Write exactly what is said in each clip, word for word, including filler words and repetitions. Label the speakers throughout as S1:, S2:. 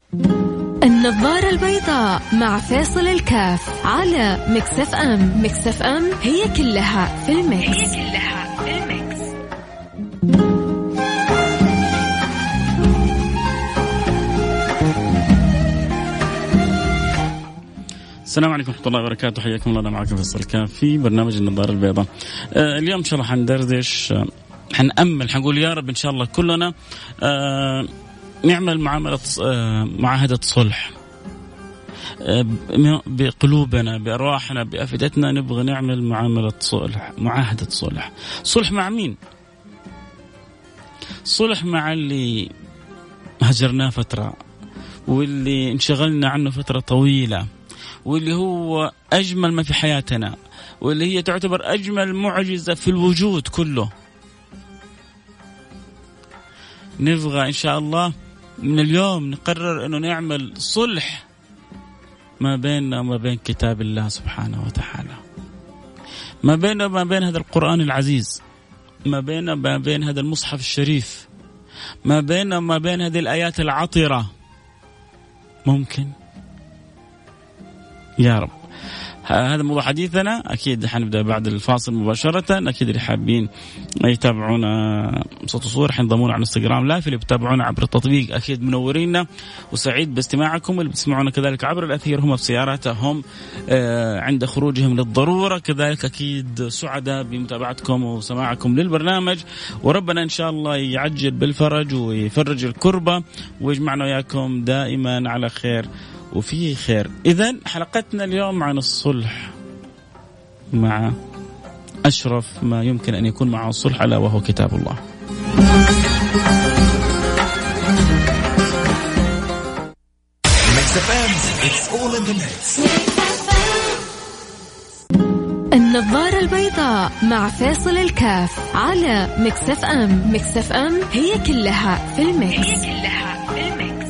S1: النظارة البيضاء مع فاصل الكاف على ميكس اف ام. ميكس اف ام هي كلها في الميكس. هي كلها في الميكس.
S2: السلام عليكم ورحمة الله وبركاته، حياكم الله. أنا معكم فاصل الكاف في برنامج النظارة البيضاء. آه اليوم إن شاء الله حندردش، آه حنأمل، حنقول يا رب إن شاء الله كلنا آه نعمل معاملة آه معاهدة صلح آه بقلوبنا، بأرواحنا، بأفئدتنا. نبغى نعمل معاملة صلح، معاهدة صلح. صلح مع مين؟ صلح مع اللي هجرناه فترة، واللي انشغلنا عنه فترة طويلة، واللي هو أجمل ما في حياتنا، واللي هي تعتبر أجمل معجزة في الوجود كله. نبغى إن شاء الله من اليوم نقرر أنه نعمل صلح ما بيننا وما بين كتاب الله سبحانه وتعالى، ما بيننا وما بين هذا القرآن العزيز، ما بيننا وما بين هذا المصحف الشريف، ما بيننا وما بين هذه الآيات العطرة. ممكن يا رب. هذا موضوع حديثنا. أكيد حنبدأ بعد الفاصل مباشرة. أكيد اللي حابين يتابعونا صوت وصور حنضمونا على انستغرام لايف، اللي بتابعونا عبر التطبيق أكيد منورينا وسعيد باستماعكم، اللي بتسمعونا كذلك عبر الأثير هم في سياراتهم عند خروجهم للضرورة، كذلك أكيد سعداء بمتابعتكم وسماعكم للبرنامج. وربنا إن شاء الله يعجل بالفرج ويفرج الكربة ويجمعنا وياكم دائما على خير وفيه خير. إذن حلقتنا اليوم عن الصلح، مع أشرف ما يمكن أن يكون معه الصلح، ألا وهو كتاب الله.
S1: النظارة البيضاء مع فاصل الكاف على ميكس اف ام. ميكس اف ام هي كلها في الميكس. هي كلها في الميكس.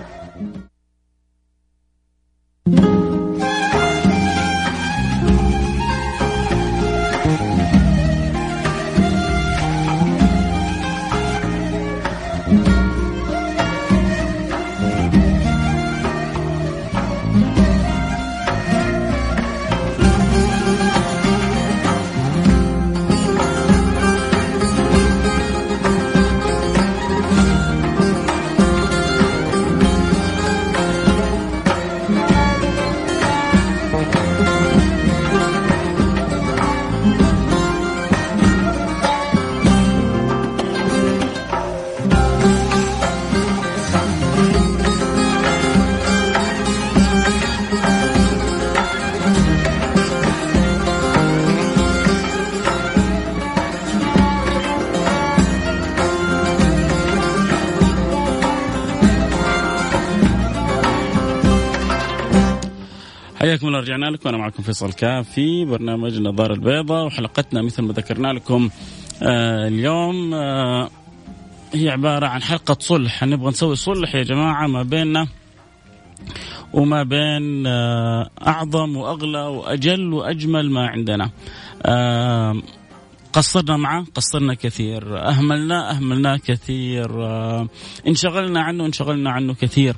S2: حياكم الله. رجعنا لكم، أنا معكم فيصل كاف في برنامج النظارة البيضاء. وحلقتنا مثل ما ذكرنا لكم آه اليوم آه هي عبارة عن حلقة صلح. نبغى نسوي صلح يا جماعة ما بيننا وما بين آه أعظم وأغلى وأجل وأجمل ما عندنا. آه قصرنا معه، قصرنا كثير، أهملنا أهملنا كثير، آه انشغلنا عنه انشغلنا عنه كثير.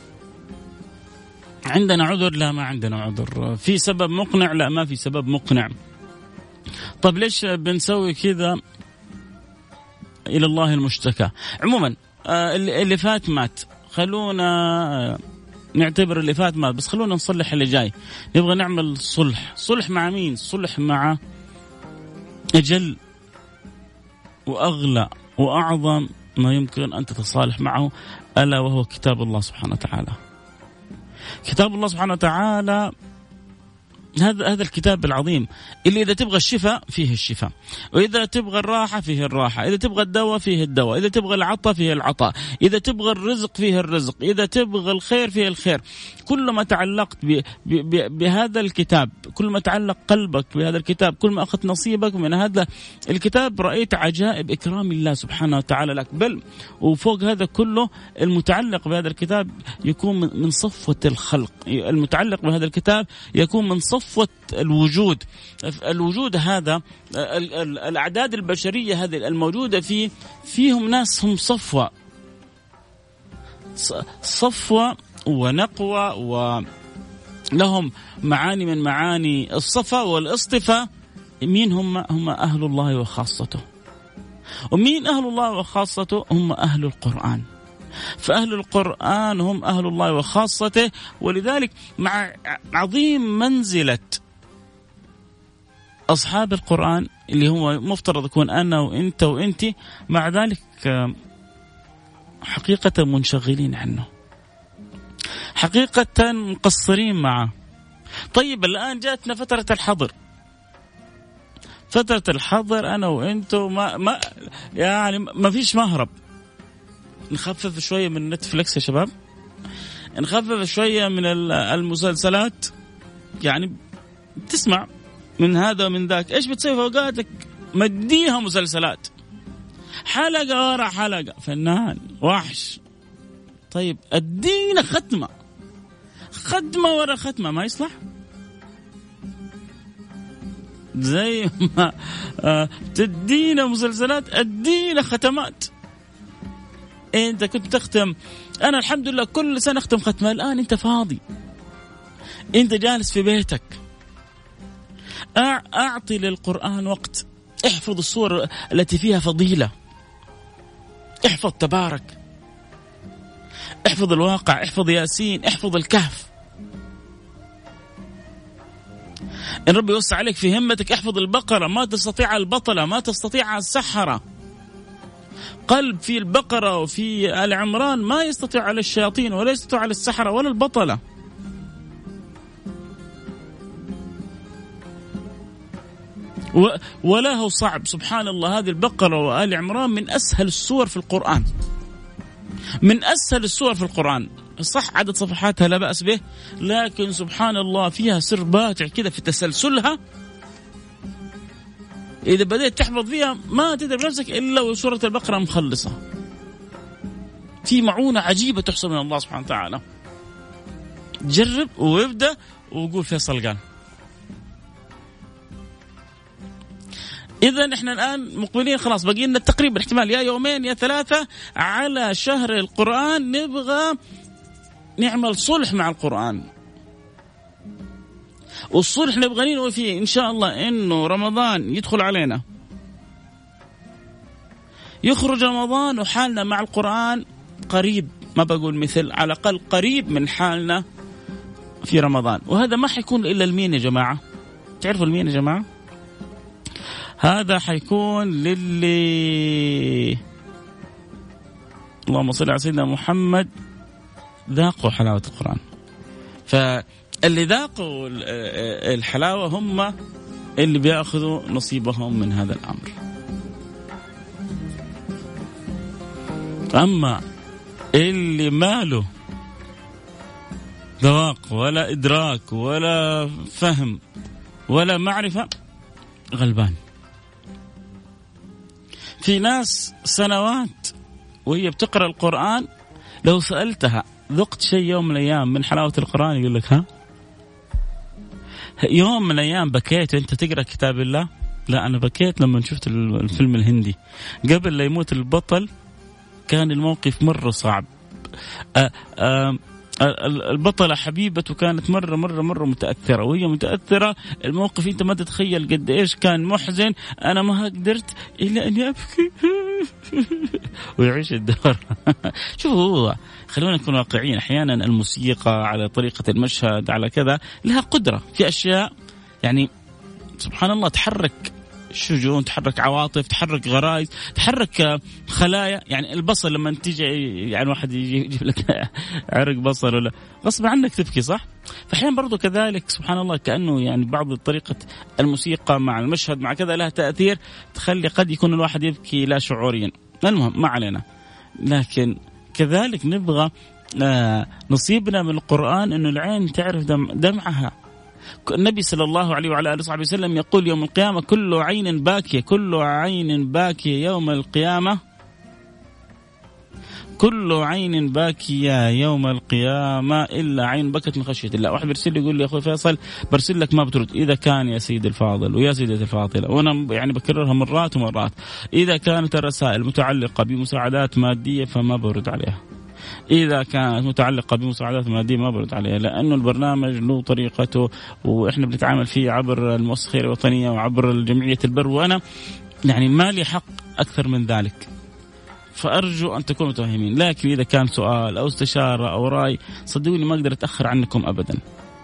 S2: عندنا عذر؟ لا، ما عندنا عذر. في سبب مقنع؟ لا، ما في سبب مقنع. طب ليش بنسوي كذا؟ إلى الله المشتكى. عموما اللي فات مات، خلونا نعتبر اللي فات مات، بس خلونا نصلح اللي جاي. نبغى نعمل صلح. صلح مع مين؟ صلح مع أجل وأغلى وأعظم ما يمكن أن تتصالح معه، ألا وهو كتاب الله سبحانه وتعالى. كتاب الله سبحانه وتعالى هذا هذا الكتاب العظيم اللي إذا تبغى الشفاء فيه الشفاء، وإذا تبغى الراحة فيه الراحة، إذا تبغى الدواء فيه الدواء، إذا تبغى العطاء فيه العطاء، إذا تبغى الرزق فيه الرزق، إذا تبغى الخير فيه الخير. كل ما تعلقت ب ب بهذا الكتاب، كل ما تعلق قلبك بهذا الكتاب، كل ما أخذت نصيبك من هذا الكتاب، رأيت عجائب إكرام الله سبحانه وتعالى لك. بل وفوق هذا كله المتعلق بهذا الكتاب يكون من صفوة الخلق، المتعلق بهذا الكتاب يكون من صفوة الوجود. الوجود هذا، الأعداد البشرية هذه الموجودة فيه، فيهم ناس هم صفوة صفوة ونقوى ولهم معاني من معاني الصفا والاصطفاء. مين هم؟ هم أهل الله وخاصته. ومين أهل الله وخاصته؟ هم أهل القرآن. فأهل القرآن هم أهل الله وخاصته. ولذلك مع عظيم منزلة أصحاب القرآن اللي هو مفترض يكون أنا وإنت وإنتي، مع ذلك حقيقة منشغلين عنه، حقيقة مقصرين معه. طيب الآن جاتنا فترة الحظر، فترة الحظر أنا وإنتو ما ما يعني ما فيش مهرب. نخفف شوية من نتفليكس يا شباب، نخفف شوية من المسلسلات، يعني تسمع من هذا ومن ذاك. إيش بتسوي في أوقاتك؟ مديها مسلسلات، حلقة ورا حلقة، فنان وحش. طيب أدينا ختمة، ختمة ورا ختمة، ما يصلح؟ زي ما آه تدينا مسلسلات أدينا ختمات. أنت كنت تختم، أنا الحمد لله كل سنة أختم ختمة. الآن أنت فاضي، أنت جالس في بيتك، أعطي للقرآن وقت. احفظ السور التي فيها فضيلة، احفظ تبارك، احفظ الواقع، احفظ ياسين، احفظ الكهف. إن ربي يوسع عليك في همتك احفظ البقرة، ما تستطيع البطلة، ما تستطيع السحرة. قلب في البقرة وفي آل عمران ما يستطيع على الشياطين ولا يستطيع على السحرة ولا البطلة. ولا هو صعب. سبحان الله، هذه البقرة وآل عمران من أسهل السور في القرآن، من أسهل السور في القرآن. صح عدد صفحاتها لا بأس به، لكن سبحان الله فيها سر باتع كده في تسلسلها. إذا بدأت تحفظ فيها ما تدري بنفسك إلا وسورة البقرة مخلصة. في معونة عجيبة تحصل من الله سبحانه وتعالى. جرب وابدأ وقول فيصل قال. إذن إحنا الآن مقبلين خلاص، بقي لنا تقريبا احتمال يا يومين يا ثلاثة على شهر القرآن. نبغى نعمل صلح مع القرآن، والصلح نبغى ننوي فيه إن شاء الله إنه رمضان يدخل علينا، يخرج رمضان وحالنا مع القرآن قريب، ما بقول مثل، على الأقل قريب من حالنا في رمضان. وهذا ما حيكون إلا المين يا جماعة؟ تعرفوا المين يا جماعة؟ هذا حيكون للي اللهم صل على سيدنا محمد ذاقوا حلاوة القرآن. فاللي ذاقوا الحلاوة هم اللي بيأخذوا نصيبهم من هذا الأمر. أما اللي ماله ذواق ولا إدراك ولا فهم ولا معرفة غلبان. في ناس سنوات وهي بتقرأ القرآن لو سألتها ذقت شيء يوم من الأيام من حلاوة القرآن يقول لك ها. يوم من الأيام بكيت وأنت تقرأ كتاب الله؟ لا، أنا بكيت لما شفت الفيلم الهندي قبل لا يموت البطل. كان الموقف مرة صعب. أه أه البطلة حبيبته كانت مرة مرة مرة متأثرة، وهي متأثرة الموقف أنت ما تتخيل قد إيش كان محزن. أنا ما قدرت إلا أن أبكي ويعيش الدور. شوفوا، خلونا نكون واقعيين. أحيانا الموسيقى على طريقة المشهد على كذا لها قدرة في أشياء، يعني سبحان الله تحرك شجون، تحرك عواطف، تحرك غرائز، تحرك خلايا. يعني البصل لما تيجي يعني واحد يجيب لك عرق بصل ولا غصب عنك تبكي، صح؟ فأحيانا برضو كذلك سبحان الله كأنه يعني بعض طريقة الموسيقى مع المشهد مع كذا لها تأثير تخلي قد يكون الواحد يبكي لا شعوريا. المهم ما علينا، لكن كذلك نبغى آه نصيبنا من القرآن إنه العين تعرف دم دمعها. النبي صلى الله عليه وعلى آله وصحبه وسلم يقول يوم القيامة كل عين باكية، كل عين باكية يوم القيامة، كل عين باكية يوم القيامة إلا عين بكت من خشية الله. واحد برسل لي يقول لي يا أخوي فيصل برسل لك ما بترد. إذا كان يا سيد الفاضل ويا سيدة الفاضلة، وأنا يعني بكررها مرات ومرات، إذا كانت الرسائل متعلقة بمساعدات مادية فما برد عليها. إذا كانت متعلقة بمساعدات مادية ما برد عليها، لأنه البرنامج له طريقته وإحنا بنتعامل فيه عبر المؤسسة الخيرية الوطنية وعبر الجمعية البر، وأنا يعني ما لي حق أكثر من ذلك، فأرجو أن تكونوا متفاهمين. لكن إذا كان سؤال أو استشارة أو رأي صدقوني ما أقدر أتأخر عنكم أبدا.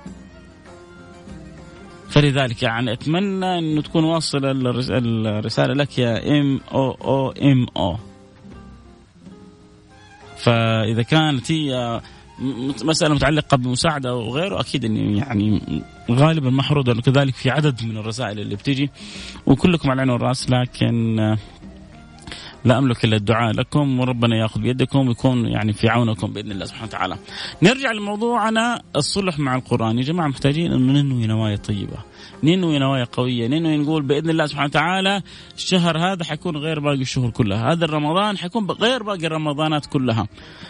S2: فلذلك يعني أتمنى أنه تكون واصلة الرسالة لك يا إم أو أو إم أو. فإذا كانت هي مسألة متعلقة بمساعدة أو غيره أكيد أني يعني غالبا محروض، وكذلك في عدد من الرسائل اللي بتيجي وكلكم على العين والرأس، لكن لا أملك إلا الدعاء لكم وربنا يأخذ بيدكم ويكون يعني في عونكم بإذن الله سبحانه وتعالى. نرجع لموضوعنا الصلح مع القرآن. يا جماعة محتاجين أن ننوي نوايا طيبة، ننوي نوايا قوية، ننوي نقول بإذن الله سبحانه وتعالى الشهر هذا حيكون غير باقي الشهور كلها، هذا الرمضان حيكون غير باقي الرمضانات كلها،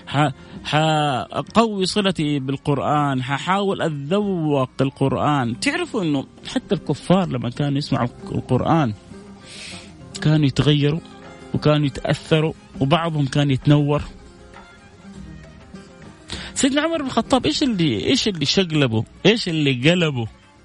S2: حقوي صلتي بالقرآن، ححاول أتذوق القرآن. تعرفوا أنه حتى الكفار لما كانوا يسمعوا القرآن كانوا يتغيروا وكانوا يتأثروا وبعضهم كان يتنور. سيدنا عمر بن الخطاب إيش اللي إيش اللي شقلبه، إيش اللي قلبه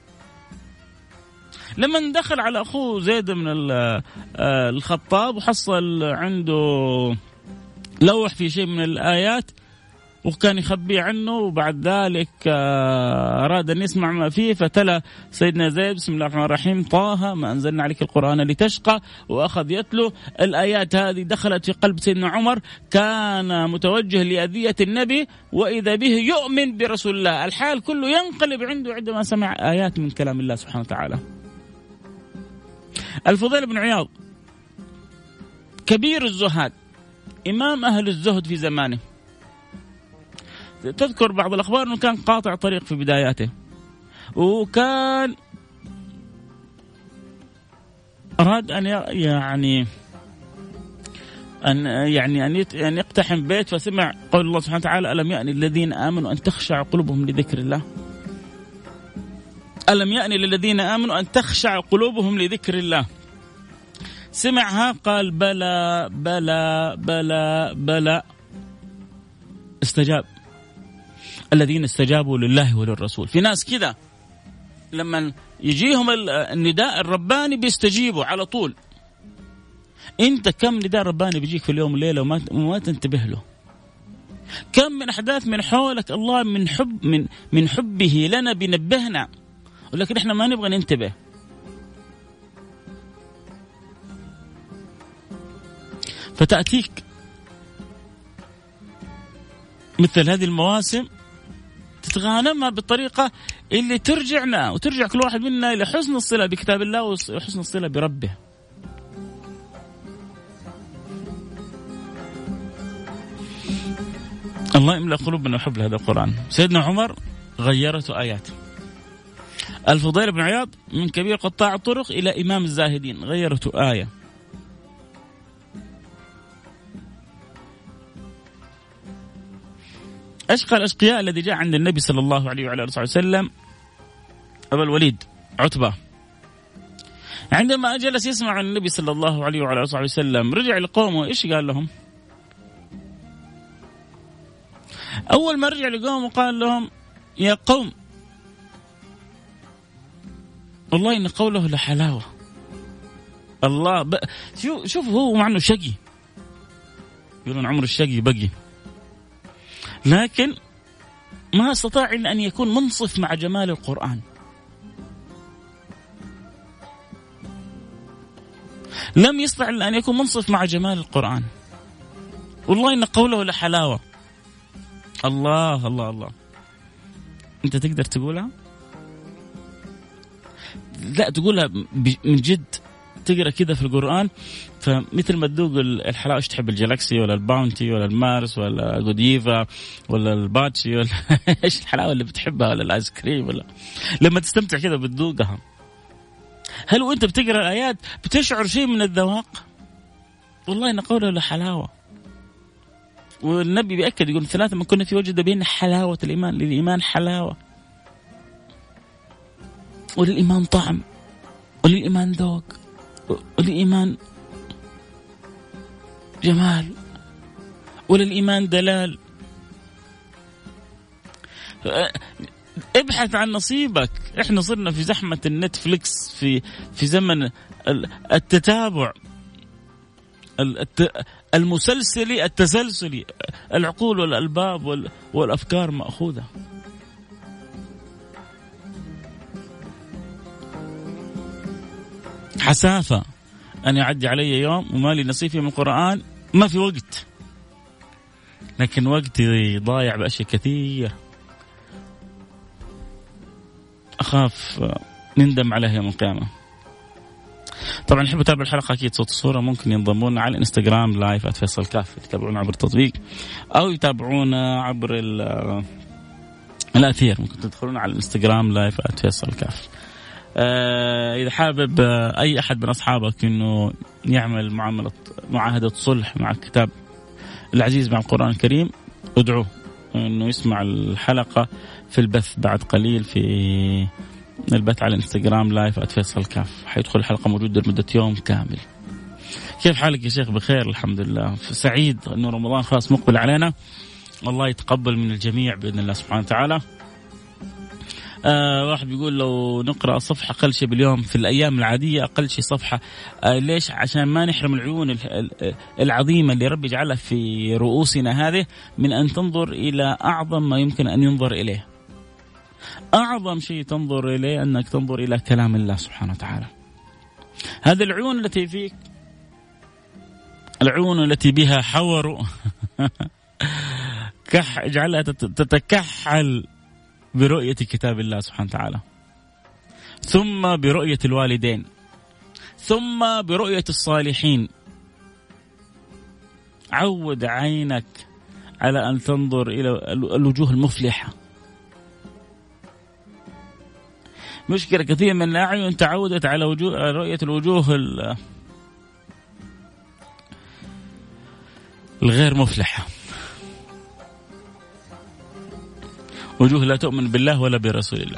S2: لما دخل على أخوه زيد بن الخطاب وحصل عنده لوح في شيء من الآيات وكان يخبيه عنه، وبعد ذلك أراد أن يسمع ما فيه فتلا سيدنا زيد بسم الله الرحمن الرحيم طه ما أنزلنا عليك القرآن لتشقى، وأخذ يتلو الآيات هذه. دخلت في قلب سيدنا عمر، كان متوجه لأذية النبي وإذا به يؤمن برسول الله. الحال كله ينقلب عنده عندما سمع آيات من كلام الله سبحانه وتعالى. الفضيل بن عياض كبير الزهاد، إمام أهل الزهد في زمانه، تذكر بعض الأخبار أنه كان قاطع طريق في بداياته، وكان أراد أن يعني أن يعني أن يقتحم بيت، فسمع قول الله سبحانه وتعالى ألم يأن الذين آمنوا أن تخشع قلوبهم لذكر الله، ألم يأن للذين آمنوا أن تخشع قلوبهم لذكر الله. سمعها قال بلى بلى بلى بلى، استجاب. الذين استجابوا لله وللرسول. في ناس كذا لما يجيهم النداء الرباني بيستجيبوا على طول. انت كم نداء رباني بيجيك في اليوم والليله وما وما تنتبه له؟ كم من احداث من حولك الله من حب من من حبه لنا بينبهنا، ولكن احنا ما نبغى ننتبه. فتأتيك مثل هذه المواسم تتغانمها بالطريقة اللي ترجعنا وترجع كل واحد منا إلى حسن الصلة بكتاب الله وحسن الصلة بربه. الله يملأ قلوبنا وحب لهذا القرآن. سيدنا عمر غيرته آيات. الفضيل بن عياض من كبير قطاع الطرق إلى إمام الزاهدين غيرته آية. أشقى الأشقياء الذي جاء عند النبي صلى الله عليه وعلى آله وسلم أبا الوليد عتبة، عندما جلس يسمع عن النبي صلى الله عليه وعلى آله وسلم رجع لقومه. إيش قال لهم؟ أول ما رجع لقومه قال لهم يا قوم والله إن قوله لحلاوة. الله ب... شوف شوف هو مع إنه شقي، يقولون عمر الشقي بقي، لكن ما استطاع إلا أن يكون منصف مع جمال القرآن. لم يستطع إلا أن يكون منصف مع جمال القرآن. والله إن قوله لحلاوة. الله الله الله. أنت تقدر تقولها؟ لا تقولها من جد. تقرأ كذا في القرآن فمثل ما تذوق الحلاوة، ايش تحب؟ الجلاكسي ولا الباونتي ولا المارس ولا جوديفا ولا الباتشي ولا ايش الحلاوة اللي بتحبها، ولا الايس كريم، ولا لما تستمتع كذا بتذوقها. هل وانت بتقرأ الآيات بتشعر شيء من الذواق؟ والله إن قوله لحلاوة. والنبي بيأكد يقول ثلاثة من كنا في وجد بين حلاوة الإيمان. للإيمان حلاوة، وللإيمان طعم، وللإيمان ذوق، وللإيمان جمال، وللإيمان دلال. ابحث عن نصيبك. احنا صرنا في زحمة النتفليكس، في في زمن التتابع المسلسلي التسلسلي، العقول والألباب والأفكار مأخوذة. حسافة أن يعدي علي يوم وما لي نصيب من القرآن، ما في وقت، لكن وقتي ضايع بأشياء كثير أخاف نندم عليها يوم القيامة. طبعا نحب نتابع الحلقة أكيد صوت الصورة، ممكن ينضمون على الانستغرام لايف @فيصل كاف، يتابعونا عبر التطبيق أو يتابعونا عبر الأثير، ممكن تدخلون على الانستغرام لايف @فيصل كاف. آه إذا حابب آه أي أحد من أصحابك إنه يعمل معاملة معاهدة صلح مع الكتاب العزيز مع القرآن الكريم، ادعوه إنه يسمع الحلقة في البث بعد قليل، في البث على الانستغرام لايف @فيصل كاف، حيدخل الحلقة موجودة لمدة يوم كامل. كيف حالك يا شيخ؟ بخير الحمد لله، سعيد إنه رمضان خلاص مقبل علينا، والله يتقبل من الجميع بإذن الله سبحانه وتعالى. آه واحد بيقول لو نقرأ صفحة أقل شيء باليوم في الأيام العادية، أقل شيء صفحة. آه ليش؟ عشان ما نحرم العيون العظيمة اللي ربي جعلها في رؤوسنا هذه من أن تنظر إلى أعظم ما يمكن أن ينظر إليه. أعظم شيء تنظر إليه أنك تنظر إلى كلام الله سبحانه وتعالى. هذه العيون التي فيك، العيون التي بها حور كح اجعلها تتكحل برؤية كتاب الله سبحانه وتعالى، ثم برؤية الوالدين، ثم برؤية الصالحين. عود عينك على أن تنظر إلى الوجوه المفلحة. مشكلة كثير من الأعين تعودت على وجوه رؤية الوجوه الغير مفلحة، وجوه لا تؤمن بالله ولا برسول الله،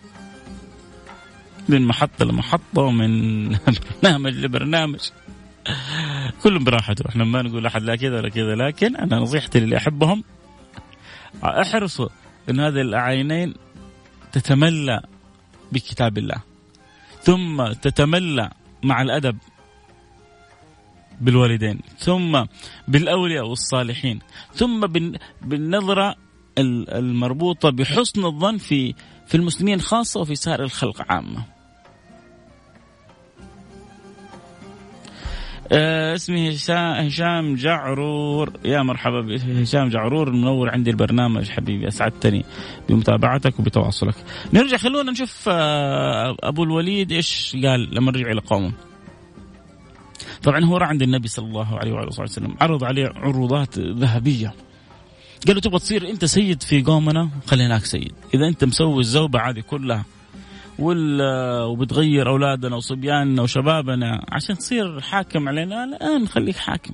S2: من محطة لمحطة ومن برنامج لبرنامج، كلهم براحته. احنا ما نقول أحد لا كذا ولا كذا، لكن أنا نصيحتي اللي أحبهم احرصوا أن هذه العينين تتملى بكتاب الله، ثم تتملى مع الأدب بالوالدين، ثم بالأولياء والصالحين، ثم بالنظرة المربوطة بحسن الظن في في المسلمين خاصة وفي سائر الخلق عامة. آه اسمي هشام جعرور، يا مرحبا بهشام جعرور، منور عندي البرنامج حبيبي، أسعدتني بمتابعتك وبتواصلك. نرجع خلونا نشوف آه أبو الوليد إيش قال لما رجع إلى قومه. طبعا هو راح عند النبي صلى الله عليه وعلى آله وسلم، عرض عليه عروضات ذهبية، قال له تبغى تصير أنت سيد في قومنا، خليناك سيد. إذا أنت مسوي الزوبة هذه كلها وبتغير أولادنا وصبياننا وشبابنا عشان تصير حاكم علينا، الآن خليك حاكم.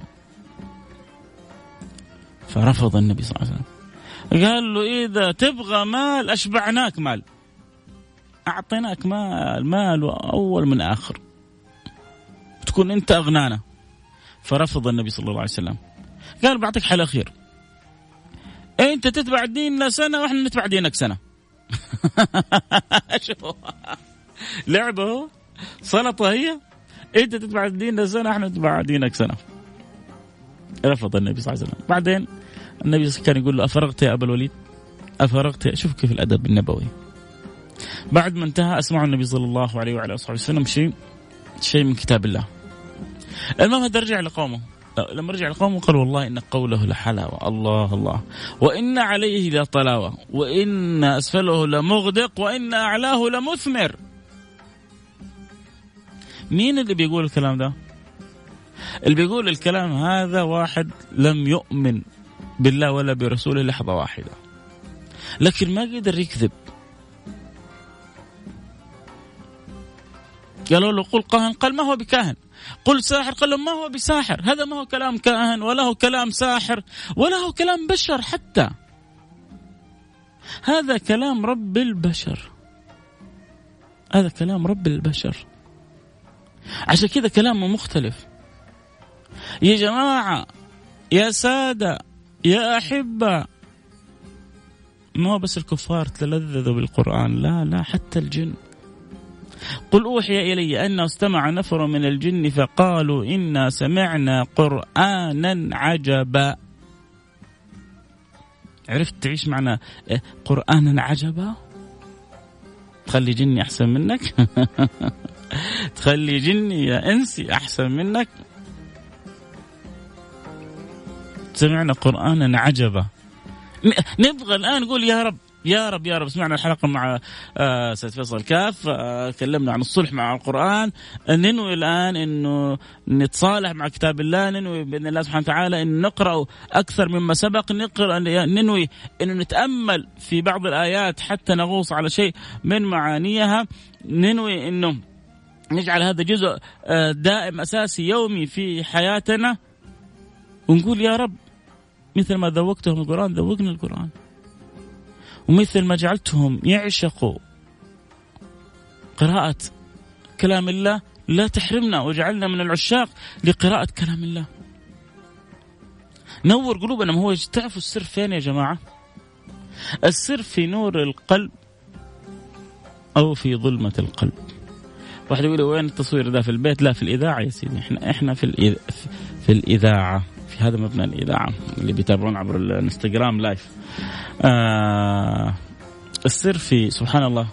S2: فرفض النبي صلى الله عليه وسلم، قال له إذا تبغى مال أشبعناك مال، أعطيناك مال مال أول من آخر، تكون أنت أغنانا. فرفض النبي صلى الله عليه وسلم، قال بعطيك حل خير، أنت تتبع ديننا سنة وإحنا نتبع دينك سنة. شو لعبه سلطة هي، أنت تتبع ديننا سنة إحنا نتبع دينك سنة. رفض النبي صلى الله عليه وسلم. بعدين النبي كان يقول له أفرغت يا أبا الوليد، أفرغت. شوف كيف الأدب النبوي. بعد ما انتهى أسمع النبي صلى الله عليه وعلى آله وسلم شيء شيء من كتاب الله. المهم هذا رجع لقومه، لما رجع لقومه قال والله إن قوله لحلاوة، الله الله، وإن عليه لطلاوة، وإن أسفله لمغدق، وإن أعلاه لمثمر. مين اللي بيقول الكلام ده؟ اللي بيقول الكلام هذا واحد لم يؤمن بالله ولا برسوله لحظة واحدة، لكن ما قدر يكذب. قالوا له قل كاهن، قال ما هو بكاهن. قل ساحر، قال ما هو بساحر. هذا ما هو كلام كاهن ولا هو كلام ساحر ولا هو كلام بشر، حتى هذا كلام رب البشر، هذا كلام رب البشر. عشان كذا كلامه مختلف. يا جماعة، يا سادة، يا أحبة، ما هو بس الكفار تلذذوا بالقرآن، لا لا حتى الجن. قل أوحي إلي أنه استمع نفر من الجن فقالوا إنا سمعنا قرآنا عجبا. عرفت تعيش معنا قرآنا عجبا؟ تخلي جني أحسن منك؟ تخلي جني يا إنسي أحسن منك؟ سمعنا قرآنا عجبا. نبغى الآن نقول يا رب يا رب يا رب. سمعنا الحلقة مع آه سيد فيصل كاف، آه كلمنا عن الصلح مع القرآن، ننوي الآن إنه نتصالح مع كتاب الله، ننوي بإذن الله سبحانه وتعالى إن نقرأ أكثر مما سبق، نقرأ ننوي إنه نتأمل في بعض الآيات حتى نغوص على شيء من معانيها، ننوي إنه نجعل هذا جزء آه دائم أساسي يومي في حياتنا، ونقول يا رب مثل ما ذوقتهم القرآن ذوقنا القرآن، ومثل ما جعلتهم يعشقوا قراءة كلام الله لا تحرمنا وجعلنا من العشاق لقراءة كلام الله. نور قلوبنا. ما هو تعرفوا السر فين يا جماعة؟ السر في نور القلب أو في ظلمة القلب. واحد يقول وين التصوير ده؟ في البيت؟ لا، في الإذاعة يا سيدي. احنا احنا في الإذ... في الإذاعة، في هذا مبنى الإذاعة اللي بيتابعون عبر الانستغرام لايف. آه السر في سبحان الله.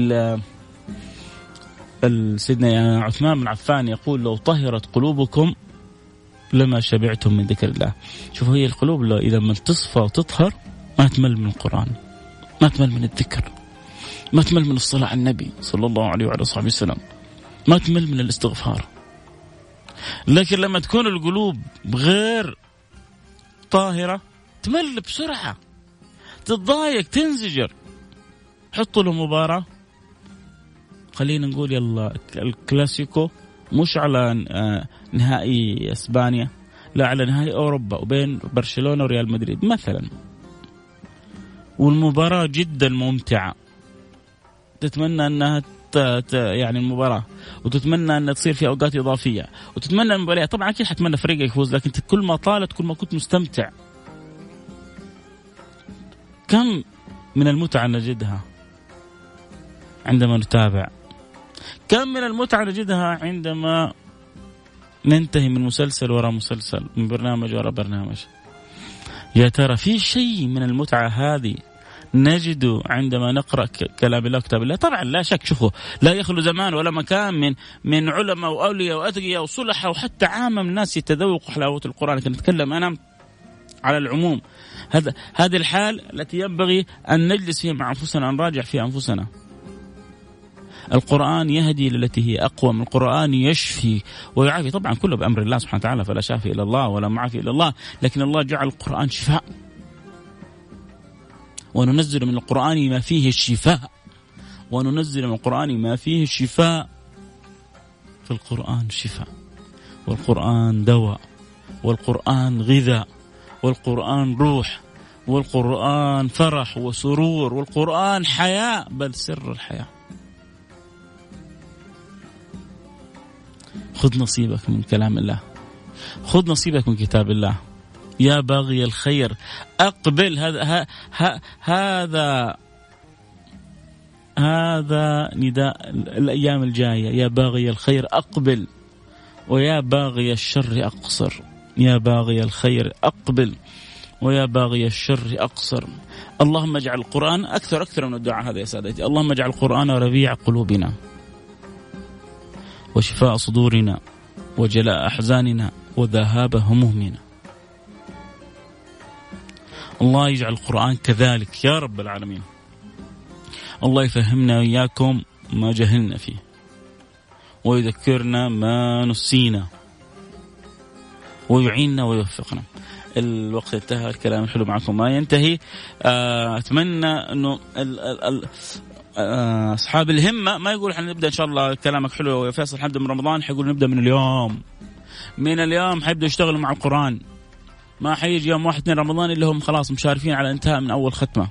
S2: سيدنا عثمان بن عفان يقول لو طهرت قلوبكم لما شبعتم من ذكر الله. شوفوا هي القلوب لو إذا ما تصفى وتطهر ما تمل من القرآن، ما تمل من الذكر، ما تمل من الصلاة على النبي صلى الله عليه وعلى صحبه وسلم، ما تمل من الاستغفار. لكن لما تكون القلوب غير طاهرة تمل بسرعة، تتضايق، تنزجر. حطوا له مباراة، خلينا نقول يلا الكلاسيكو مش على نهائي اسبانيا، لا على نهائي اوروبا وبين برشلونة وريال مدريد مثلا، والمباراة جدا ممتعة، تتمنى انها يعني المباراة، وتتمنى أن تصير في أوقات إضافية، وتتمنى المباراة. طبعا أكيد حتمنى فريقك يفوز، لكن كل ما طالت كل ما كنت مستمتع. كم من المتعة نجدها عندما نتابع، كم من المتعة نجدها عندما ننتهي من مسلسل وراء مسلسل، من برنامج وراء برنامج. يا ترى في شيء من المتعة هذه نجد عندما نقرأ كلام الله وكتاب الله؟ طبعا لا شك. شوفوا لا يخلو زمان ولا مكان من من علماء وأولياء وأتقياء وصلحاء وحتى عامة من الناس يتذوقوا حلاوة القرآن. لكن نتكلم أنا على العموم. هذا هذه الحال التي ينبغي أن نجلس فيها مع أنفسنا، نراجع فيها أنفسنا. القرآن يهدي للتي هي أقوى، من القرآن يشفي ويعافي. طبعا كله بأمر الله سبحانه وتعالى، فلا شافي إلا الله ولا معافي إلا الله، لكن الله جعل القرآن شفاء، وننزل من القرآن ما فيه الشفاء، وننزل من القرآن ما فيه الشفاء. في القرآن شفاء، والقرآن دواء، والقرآن غذاء، والقرآن روح، والقرآن فرح وسرور، والقرآن حياة، بل سر الحياة. خذ نصيبك من كلام الله، خذ نصيبك من كتاب الله. يا باغي الخير أقبل. هذا ها هذا هذا نداء الأيام الجاية. يا باغي الخير أقبل، ويا باغي الشر أقصر. يا باغي الخير أقبل، ويا باغي الشر أقصر. اللهم اجعل القرآن أكثر أكثر من الدعاء هذا يا سادتي. اللهم اجعل القرآن ربيع قلوبنا، وشفاء صدورنا، وجلاء أحزاننا، وذهاب همومنا. الله يجعل القرآن كذلك يا رب العالمين. الله يفهمنا وإياكم ما جهلنا فيه، ويذكرنا ما نسينا، ويعيننا ويوفقنا. الوقت انتهى، الكلام الحلو معكم ما ينتهي. أتمنى أنه ال ال ال أصحاب الهمة ما يقول حنبدأ إن شاء الله كلامك حلو يا فيصل حنبدأ من رمضان، حيقول نبدأ من اليوم. من اليوم حيبدأ يشتغلوا مع القرآن، ما حيجي يوم واحد اثنين رمضان اللي هم خلاص مشارفين على انتهاء من أول ختمة.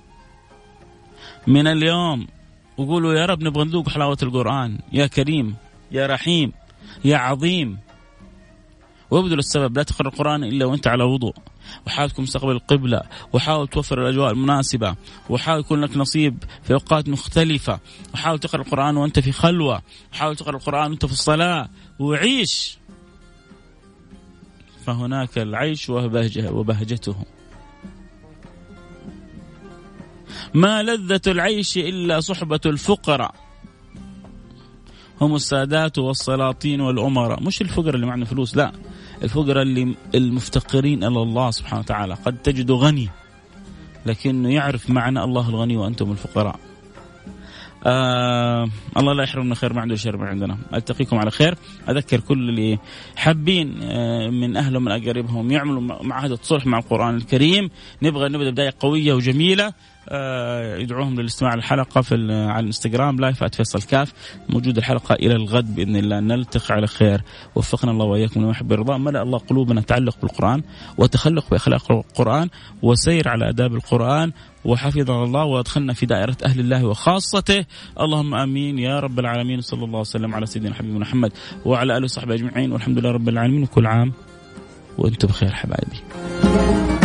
S2: من اليوم وقولوا يا رب نبغى نذوق حلاوة القرآن. يا كريم، يا رحيم، يا عظيم. وابذل السبب. لا تقرأ القرآن إلا وأنت على وضوء، وحاول تكون مستقبل القبلة، وحاول توفر الأجواء المناسبة، وحاول يكون لك نصيب في أوقات مختلفة، وحاول تقرأ القرآن وأنت في خلوة، وحاول تقرأ القرآن وأنت في الصلاة، وعيش. فهناك العيش وبهجه وبهجته. ما لذة العيش إلا صحبة الفقراء، هم السادات والسلاطين والأمراء. مش الفقراء اللي معنا فلوس، لا، الفقراء اللي المفتقرين إلى الله سبحانه وتعالى. قد تجد غني لكنه يعرف معنى الله الغني وأنتم الفقراء. آه الله لا يحرمنا خير ما عنده شر ما عندنا. ألتقيكم على خير. أذكر كل اللي حابين آه من أهلهم من أقاربهم يعملوا معاهدة صلح مع القرآن الكريم. نبغى نبدأ بداية قوية وجميلة. آه يدعوهم للاستماع الحلقة في على الانستغرام لايف @فيصل كاف. موجود الحلقة إلى الغد بإذن الله. نلتقي على خير. وفقنا الله وإياكم لما يحب الرضا. ملأ الله قلوبنا تعلق بالقرآن وتخلق بأخلاق القرآن وسير على آداب القرآن، وحفظنا الله وادخلنا في دائرة أهل الله وخاصته. اللهم آمين يا رب العالمين. صلى الله وسلم على سيدنا حبيبنا محمد وعلى آله وصحبه أجمعين، والحمد لله رب العالمين، وكل عام وأنتم بخير حبايبي.